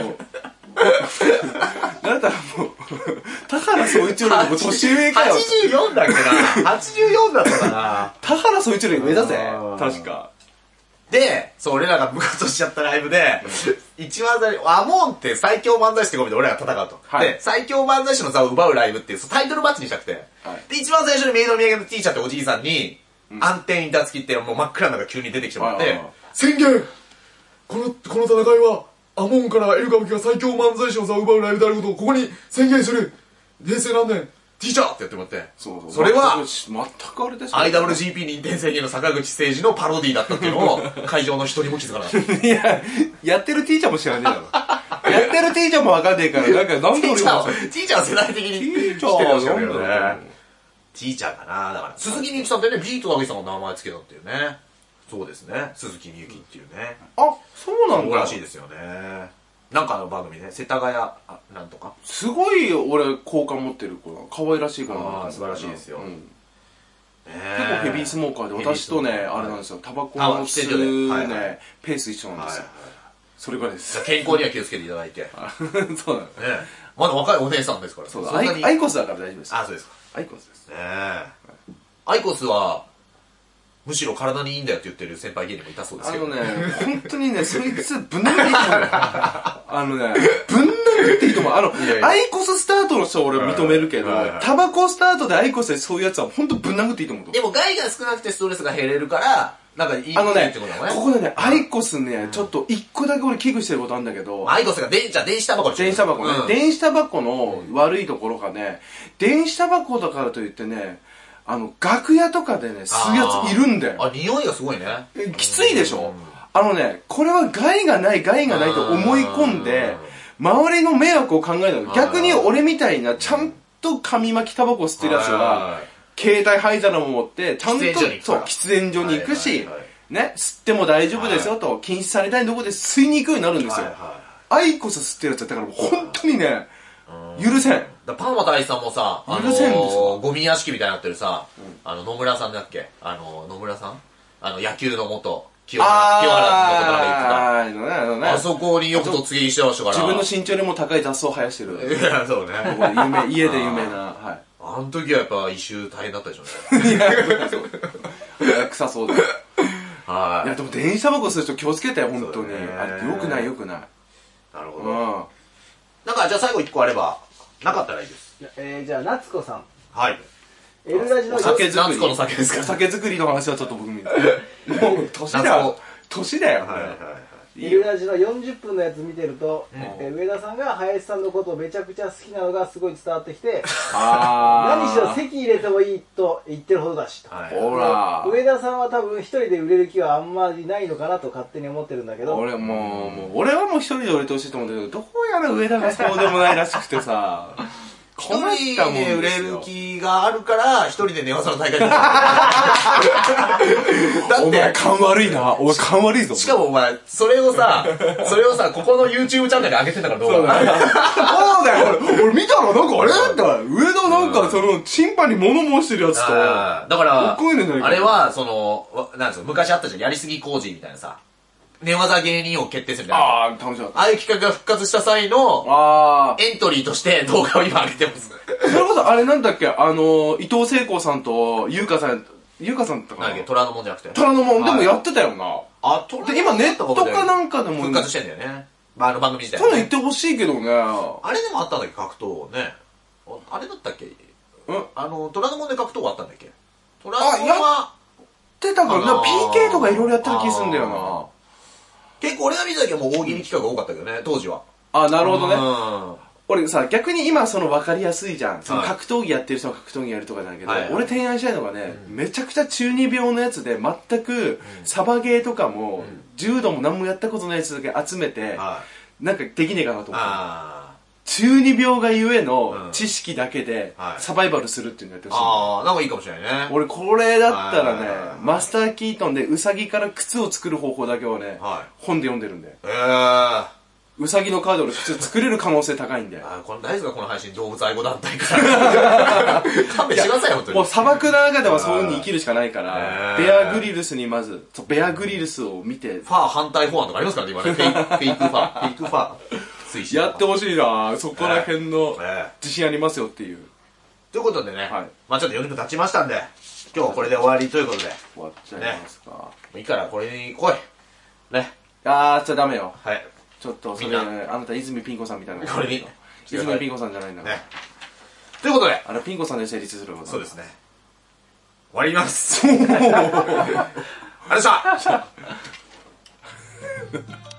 だろう、もう、田原総一郎よりも年上かよ。 はちじゅうよんだっけな。はちじゅうよんだったかな。 田原総一郎より上だぜ。確か。 で、そう、俺らが部活しちゃったライブで、一番最初、アモンって最強漫才師ってコンビで俺らが戦うと。はい、で、最強漫才師の座を奪うライブっていうタイトルマッチにしたくて。はい、で、一番最初にメイドの土産のティーチャーっておじいさんに、暗転板付きってもう真っ暗なのが急に出てきてもらって、宣言この、この戦いは、アモンからエル歌舞伎が最強漫才師の座を奪うライブであることをここに宣言する平成何年ティーチャーってやってもらって、そうそう、それは、 全くあれですよ、 ね、アイダブリュージーピー 認定宣言の坂口誠二のパロディだったっていうのを、会場の一人も気づかなかった。 いや、やってるティーチャーも知らねえだろ。やってるティーチャーもわかんねえから、なんか、なんで俺も。ティーチャーは、ティーチャーは世代的に知ってるんですよね。ティーチャーかな。だから、鈴木みゆきさんってね、ビートだけさんが名前つけたっていうね。そうですね。鈴木みゆきっていうね。 あ、そうなんだ。 そうらしいですよね。なんかあの番組ね、世田谷、あ、なんとか。 すごい俺、好感持ってる子だ。可愛らしい子だ。 ああ、素晴らしいですよ。 結構ヘビースモーカーで、私とね、あれなんですよ、タバコの吸うね、ペース一緒なんですよ。それぐらいです。 健康には気をつけていただいて。 そうだね。 まだ若いお姉さんですから。 そうだ。アイコスだから大丈夫です。 あ、そうですか。 アイコスです。 ねえ。アイコスは、むしろ体にいいんだよって言ってる先輩芸人もいたそうですけど。 あのね、本当にね、そいつぶん殴っていいと思う。あのね、ぶん殴っていいと思う。あの、アイコススタートの人は俺認めるけど、タバコスタートでアイコスでそういうやつは本当ぶん殴っていいと思う。 でも害が少なくてストレスが減れるから、なんかいいってことだもんね。 ここでね、アイコスね、ちょっと一個だけ俺危惧してることあるんだけど。 アイコスが電、じゃあ電子タバコ電子タバコね。電子タバコの悪いところがね、電子タバコだからといってね、あの、楽屋とかでね、吸うやついるんだよ。 あ、匂いがすごいね。 きついでしょ？あのね、これは害がない、害がないと思い込んで、周りの迷惑を考えない。逆に俺みたいな、ちゃんと紙巻きタバコ吸ってるやつは、携帯灰皿も持って、ちゃんと、そう、喫煙所に行くし、ね、吸っても大丈夫ですよと、禁止されたいとこで吸いに行くようになるんですよ。アイコス吸ってるやつだから、本当にね、許せん。 パンマ大佐さんもさ、 許せんですよ。 ゴミ屋敷みたいになってるさ、あの、野村さんだっけあの、野村さんあの、野球の元、清原、清原のことから言ってた。あそこによく突撃してましたから。 自分の身長よりも高い雑草を生やしてる。 いや、そうね。 家で有名な。はい。 あの時はやっぱ一周大変だったでしょうね。いや、臭そうだ。はい。いや、でも電子タバコ吸う人気をつけてよ、本当に。あ、よくないよくない。 なるほど。なんか、じゃあ最後一個あれば、なかったらいいです。 えー、じゃあ、夏子さん。 はい。 エルラジの酒作り。 夏子の酒ですか？ お酒作りの話はちょっと僕見る。もう、年だよ。年だよ。はいはいはい。 エルラジのよんじゅっぷんのやつ見てると、えー、上田さんが林さんのことをめちゃくちゃ好きなのがすごい伝わってきて、何しろ席入れてもいいと言ってるほどだしと。 ほら。 上田さんは多分一人で売れる気はあんまりないのかなと勝手に思ってるんだけど。 俺もう、もう俺はもう一人で売れてほしいと思うんだけど、どうやら上田がそうでもないらしくてさ。 一人で売れる気があるから、一人で寝技の大会にだってお前勘悪いな。お前勘悪いぞ。 しかもお前、それをさ、それをさ、ここの YouTube チャンネルで上げてんだからどうそうだよ。そうだよ。俺見たらなんかあれだった上田なんかその、チンパに物申してるやつと。だから、あれは、その、なんつうの、昔あったじゃん、やりすぎ工事みたいなさ。寝技芸人を決定するみたいな。 ああ、楽しかった。 ああいう企画が復活した際の、あエントリーとして動画を今上げてます。 それこそあれなんだっけあの、伊藤聖子さんと、優香さん、優香さんとかなんだっけ虎ノ門じゃなくて。 虎ノ門、でもやってたよな。 あ、虎ノ門で、今ネットかなんかでも。 復活してんだよね。まあ、あの番組自体。 そういうの言ってほしいけどね。 あれでもあったんだっけ格闘ね。あれだったっけうん。あの、虎ノ門で格闘があったんだっけ虎ノ門は。 やってたから、ピーケー とかいろいろやってる気するんだよな。 結構俺が見た時はもう大喜利企画が多かったけどね、当時は。 あ、なるほどね。俺さ、逆に今その分かりやすいじゃん。その格闘技やってる人は格闘技やるとかなんだけど、俺提案したいのがね、めちゃくちゃ中二病のやつで、全くサバゲーとかも、柔道も何もやったことないやつだけ集めて、なんかできねえかなと思って。中二病がゆえの知識だけでサバイバルするっていうのやってほしい。 ああ、なんかいいかもしれないね。 俺これだったらね、マスター・キートンでウサギから靴を作る方法だけはね、本で読んでるんで。えー。ウサギのカードで靴作れる可能性高いんで。 あ、これ大丈夫かこの配信、動物愛護団体から。勘弁してくださいよ、本当に。 もう砂漠の中ではそういう風に生きるしかないから、ベアグリルスにまず、ベアグリルスを見て。 ファー反対法案とかありますからね、今ね。フェイクファー。フェイクファー。 やってほしいなそこら辺の自信ありますよっていう。 ということでね、まあちょっとよんじゅっぷん経ちましたんで、今日はこれで終わりということで。 終わっちゃいますか。 いいからこれに来い。ね。 あー、じゃダメよ。 はい。 ちょっとそれ、あなた泉ピン子さんみたいな。 これに。 泉ピン子さんじゃないんだから。 ということで。 あれピン子さんで成立すること。 そうですね。終わります。ありがとうございました。